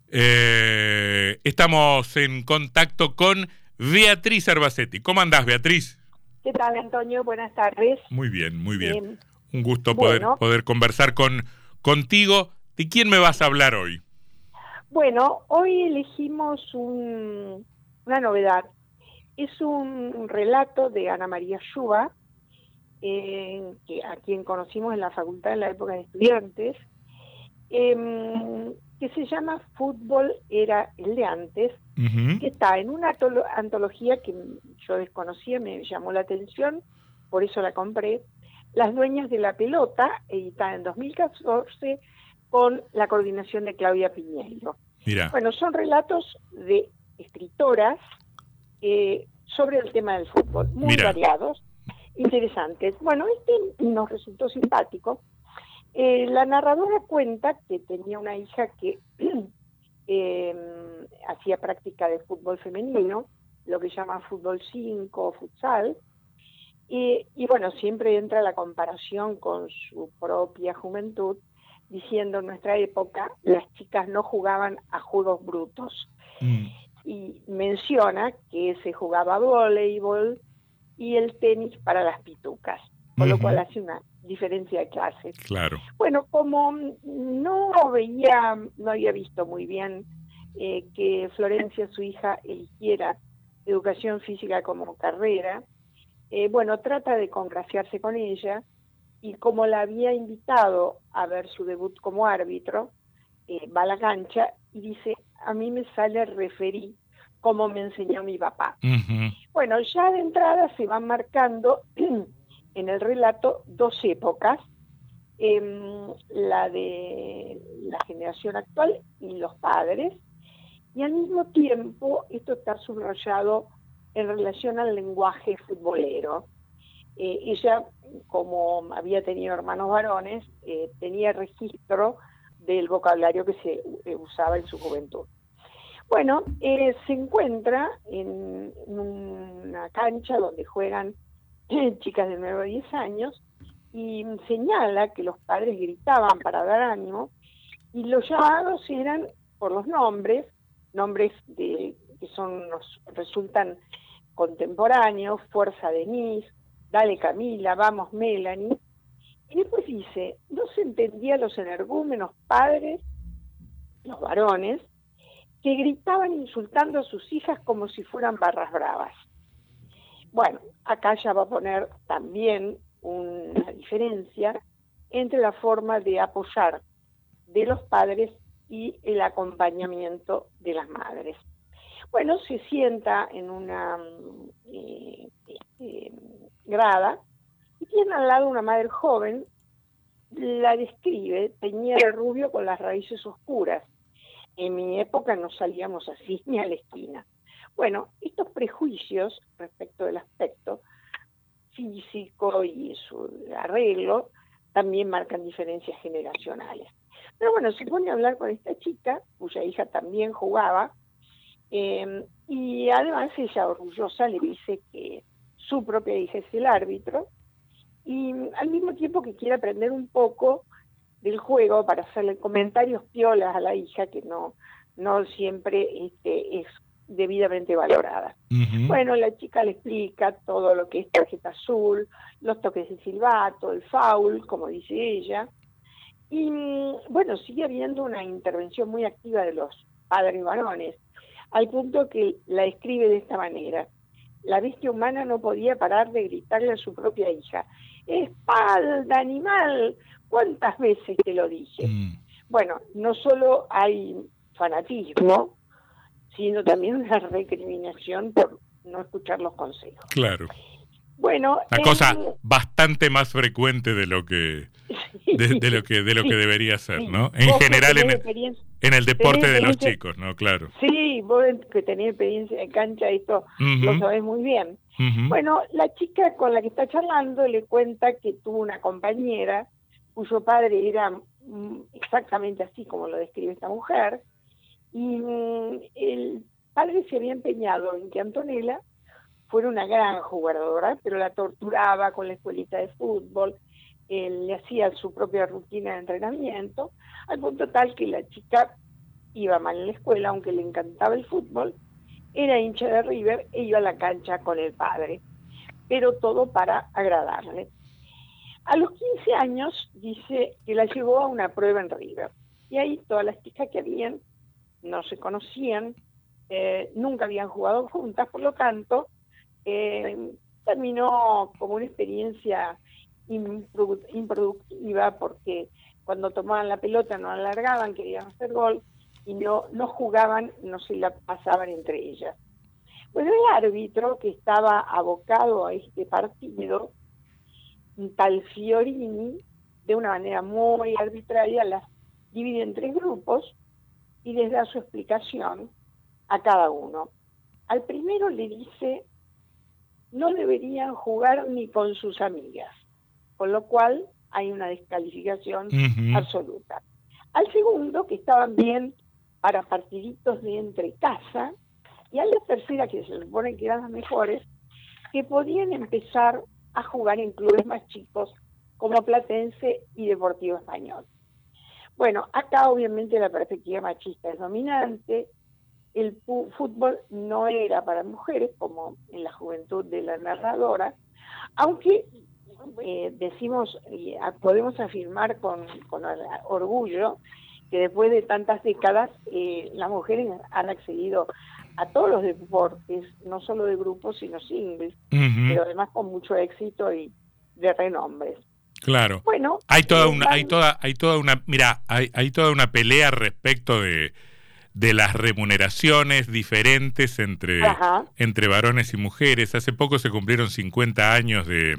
Estamos en contacto con Beatriz Herbacetti. ¿Cómo andás, Beatriz? ¿Qué tal, Antonio? Buenas tardes. Muy bien, muy bien. Un gusto bueno, poder conversar contigo. ¿De quién me vas a hablar hoy? Bueno, hoy elegimos una novedad. Es un relato de Ana María Yuba, a quien conocimos en la facultad en la época de estudiantes, que se llama Fútbol era el de antes, que está en una antología que yo desconocía, me llamó la atención, por eso la compré, Las Dueñas de la Pelota, editada en 2014 con la coordinación de Claudia Piñeiro. Mira. Bueno, son relatos de escritoras sobre el tema del fútbol, muy variados, interesantes. Bueno, este nos resultó simpático. La narradora cuenta que tenía una hija que hacía práctica de fútbol femenino, lo que llaman fútbol 5 o futsal, y bueno, siempre entra la comparación con su propia juventud, diciendo en nuestra época las chicas no jugaban a juegos brutos. Y menciona que se jugaba voleibol y el tenis para las pitucas, con lo cual hace una diferencia de clase. Claro. Bueno, como no había visto muy bien que Florencia, su hija, eligiera educación física como carrera, bueno, trata de congraciarse con ella, y como la había invitado a ver su debut como árbitro, va a la cancha y dice: a mí me sale referí como me enseñó mi papá. Bueno, ya de entrada se van marcando en el relato dos épocas, la de la generación actual y los padres, y al mismo tiempo esto está subrayado en relación al lenguaje futbolero. Ella, como había tenido hermanos varones, tenía registro del vocabulario que se usaba en su juventud. Bueno, se encuentra en una cancha donde juegan chicas de 9 a 10 años, y señala que los padres gritaban para dar ánimo, y los llamados eran por los nombres que nos resultan contemporáneos: Fuerza Denise, Dale Camila, Vamos Melanie. Y después dice: no se entendía los energúmenos padres, los varones, que gritaban insultando a sus hijas como si fueran barras bravas. Bueno, acá ya va a poner también una diferencia entre la forma de apoyar de los padres y el acompañamiento de las madres. Bueno, se sienta en una grada y tiene al lado una madre joven. La describe teñida de rubio con las raíces oscuras. En mi época no salíamos así ni a la esquina. Bueno, estos prejuicios respecto del aspecto físico y su arreglo también marcan diferencias generacionales. Pero bueno, se pone a hablar con esta chica, cuya hija también jugaba, y además ella, orgullosa, le dice que su propia hija es el árbitro, y al mismo tiempo que quiere aprender un poco del juego para hacerle comentarios piolas a la hija, que no siempre es debidamente valorada. Bueno, la chica le explica todo lo que es tarjeta azul, los toques de silbato, el foul, como dice ella, y bueno, sigue habiendo una intervención muy activa de los padres varones, al punto que la describe de esta manera: la bestia humana no podía parar de gritarle a su propia hija: ¡espalda, animal! ¿Cuántas veces te lo dije? Bueno, no solo hay fanatismo, sino también una recriminación por no escuchar los consejos. Claro. Bueno, una cosa bastante más frecuente de lo que de lo que debería ser, ¿no? En general en el deporte de los chicos, ¿no? Claro. Sí, vos que tenés experiencia de cancha, esto lo sabés muy bien. Bueno, la chica con la que está charlando le cuenta que tuvo una compañera cuyo padre era exactamente así como lo describe esta mujer, y el padre se había empeñado en que Antonella fuera una gran jugadora, pero la torturaba con la escuelita de fútbol, le hacía su propia rutina de entrenamiento, al punto tal que la chica iba mal en la escuela, aunque le encantaba el fútbol, era hincha de River e iba a la cancha con el padre, pero todo para agradarle. A los 15 años dice que la llevó a una prueba en River, y ahí todas las chicas que habían no se conocían, nunca habían jugado juntas, por lo tanto, terminó como una experiencia improductiva, porque cuando tomaban la pelota no la largaban, querían hacer gol, y no jugaban, no se la pasaban entre ellas. Bueno, el árbitro que estaba abocado a este partido, un tal Fiorini, de una manera muy arbitraria, las divide en 3 grupos y les da su explicación a cada uno. Al primero le dice, no deberían jugar ni con sus amigas, con lo cual hay una descalificación absoluta. Al segundo, que estaban bien para partiditos de entre casa, y a la tercera, que se supone que eran las mejores, que podían empezar a jugar en clubes más chicos como Platense y Deportivo Español. Bueno, acá obviamente la perspectiva machista es dominante, el fútbol no era para mujeres como en la juventud de la narradora, aunque podemos afirmar con orgullo que después de tantas décadas las mujeres han accedido a todos los deportes, no solo de grupos, sino singles, pero además con mucho éxito y de renombre. Claro. Bueno, hay toda una pelea respecto de las remuneraciones diferentes entre varones y mujeres. Hace poco se cumplieron 50 años de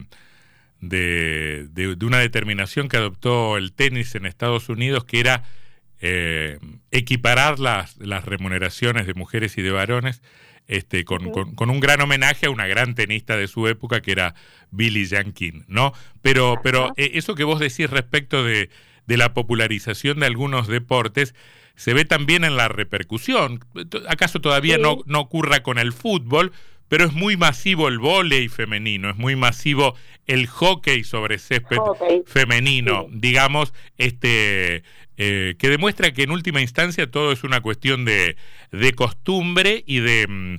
una determinación que adoptó el tenis en Estados Unidos, que era equiparar las remuneraciones de mujeres y de varones, con un gran homenaje a una gran tenista de su época que era Billie Jean King, ¿no? Pero eso que vos decís respecto de la popularización de algunos deportes se ve también en la repercusión. ¿Acaso todavía no ocurra con el fútbol? Pero es muy masivo el vóley femenino, es muy masivo el hockey sobre césped femenino, digamos, que demuestra que en última instancia todo es una cuestión de costumbre y de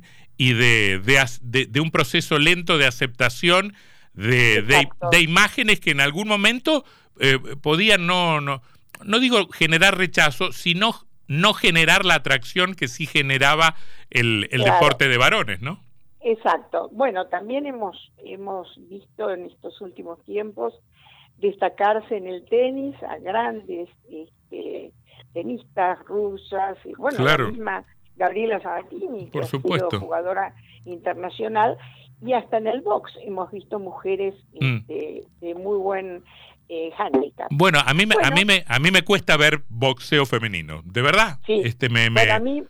un proceso lento de aceptación de imágenes que en algún momento podían no digo generar rechazo, sino no generar la atracción que sí generaba el deporte de varones, ¿no? Exacto. Bueno, también hemos visto en estos últimos tiempos destacarse en el tenis a grandes tenistas rusas, y bueno, claro, la misma Gabriela Sabatini, que ha sido jugadora internacional, y hasta en el box hemos visto mujeres de muy buen handicap. Bueno, a mí me cuesta ver boxeo femenino, de verdad. Sí. A mí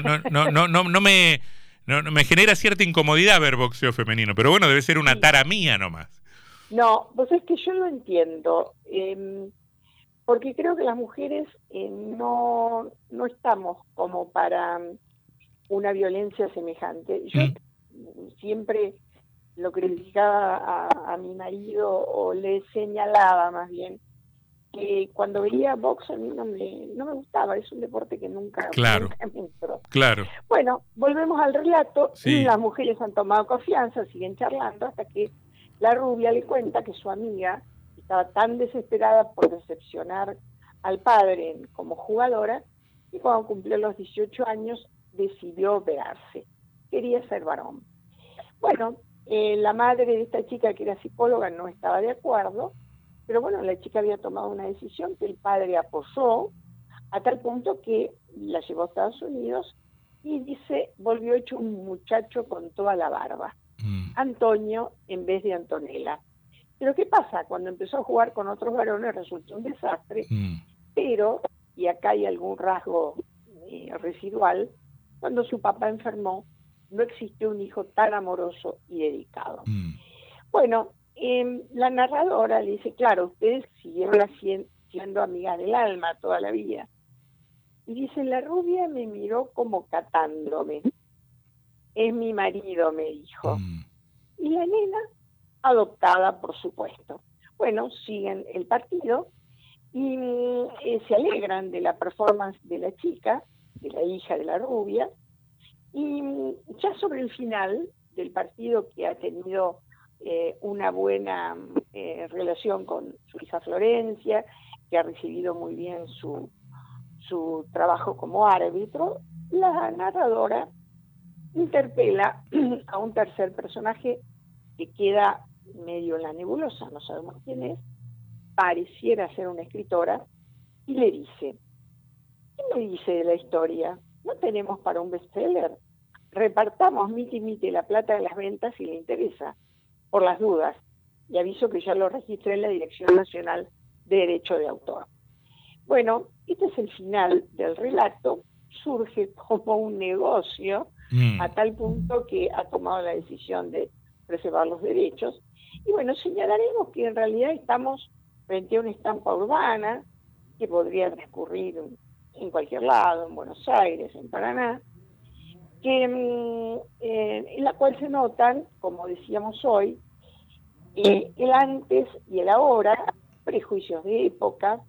no me genera cierta incomodidad ver boxeo femenino, pero bueno, debe ser una tara mía nomás. No, pues es que yo lo entiendo, porque creo que las mujeres no estamos como para una violencia semejante. Yo siempre lo criticaba a mi marido, o le señalaba más bien, que cuando veía box a mí no me gustaba, es un deporte que nunca me entró. Claro. Bueno, volvemos al relato, y las mujeres han tomado confianza, siguen charlando, hasta que la rubia le cuenta que su amiga estaba tan desesperada por decepcionar al padre como jugadora, y cuando cumplió los 18 años decidió operarse, quería ser varón. Bueno, la madre de esta chica, que era psicóloga, no estaba de acuerdo, pero bueno, la chica había tomado una decisión que el padre apoyó, a tal punto que la llevó a Estados Unidos, y dice, volvió hecho un muchacho con toda la barba. Antonio en vez de Antonella. Pero ¿qué pasa? Cuando empezó a jugar con otros varones resultó un desastre, pero, y acá hay algún rasgo residual, cuando su papá enfermó, no existió un hijo tan amoroso y dedicado. Bueno, la narradora le dice, claro, ustedes siguieron siendo amigas del alma toda la vida. Y dice, la rubia me miró como catándome. Es mi marido, me dijo. Y la nena, adoptada, por supuesto. Bueno, siguen el partido y se alegran de la performance de la chica, de la hija de la rubia, y ya sobre el final del partido, que ha tenido una buena relación con su hija Florencia, que ha recibido muy bien su trabajo como árbitro, la narradora interpela a un tercer personaje que queda medio en la nebulosa, no sabemos quién es, pareciera ser una escritora, y le dice: ¿qué me dice de la historia? ¿No tenemos para un bestseller? Repartamos miti y miti la plata de las ventas si le interesa, por las dudas, y aviso que ya lo registré en la Dirección Nacional de Derecho de Autor. Bueno, este es el final del relato, surge como un negocio, a tal punto que ha tomado la decisión de preservar los derechos, y bueno, señalaremos que en realidad estamos frente a una estampa urbana que podría transcurrir en cualquier lado, en Buenos Aires, en Paraná, que en la cual se notan, como decíamos hoy, el antes y el ahora, prejuicios de época.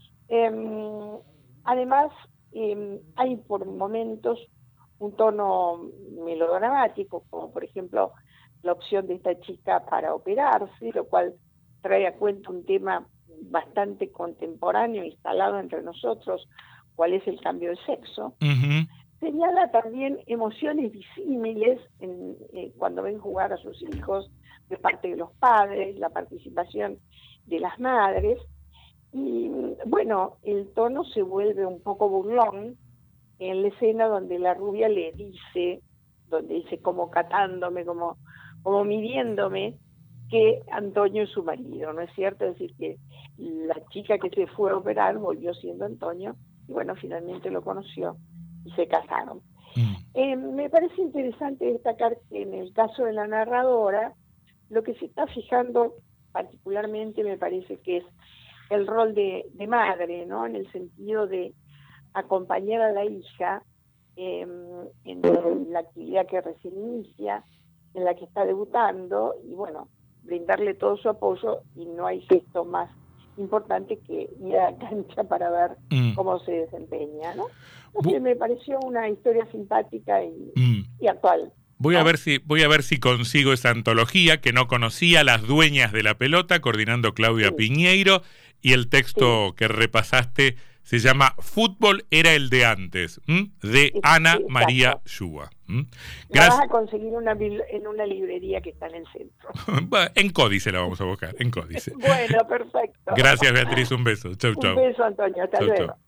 Además, hay por momentos un tono melodramático, como por ejemplo la opción de esta chica para operarse, lo cual trae a cuenta un tema bastante contemporáneo, instalado entre nosotros, cuál es el cambio de sexo. Uh-huh. Señala también emociones disímiles cuando ven jugar a sus hijos de parte de los padres, la participación de las madres, y bueno, el tono se vuelve un poco burlón en la escena donde la rubia le dice, como catándome, como midiéndome, que Antonio es su marido, ¿no es cierto? Es decir, que la chica que se fue a operar volvió siendo Antonio, y bueno, finalmente lo conoció y se casaron. Me parece interesante destacar que en el caso de la narradora, lo que se está fijando particularmente me parece que es el rol de madre, ¿no? En el sentido de acompañar a la hija en la actividad que recién inicia, en la que está debutando, y bueno, brindarle todo su apoyo, y no hay gesto más importante que ir a la cancha para ver cómo se desempeña, ¿no? Entonces me pareció una historia simpática y actual. Voy a ver si consigo esa antología que no conocía, Las dueñas de la pelota, coordinando Claudia Piñeiro, y el texto que repasaste se llama Fútbol era el de antes, de Ana María Yuba. La vas a conseguir en una librería que está en el centro. En Códice la vamos a buscar, en Códice. Bueno, perfecto. Gracias, Beatriz, un beso. Chau, chau. Un beso, Antonio, hasta luego. Chau.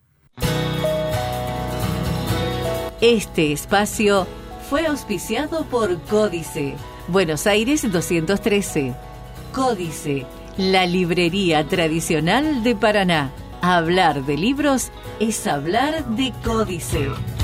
Este espacio fue auspiciado por Códice, Buenos Aires 213. Códice, la librería tradicional de Paraná. Hablar de libros es hablar de Códice.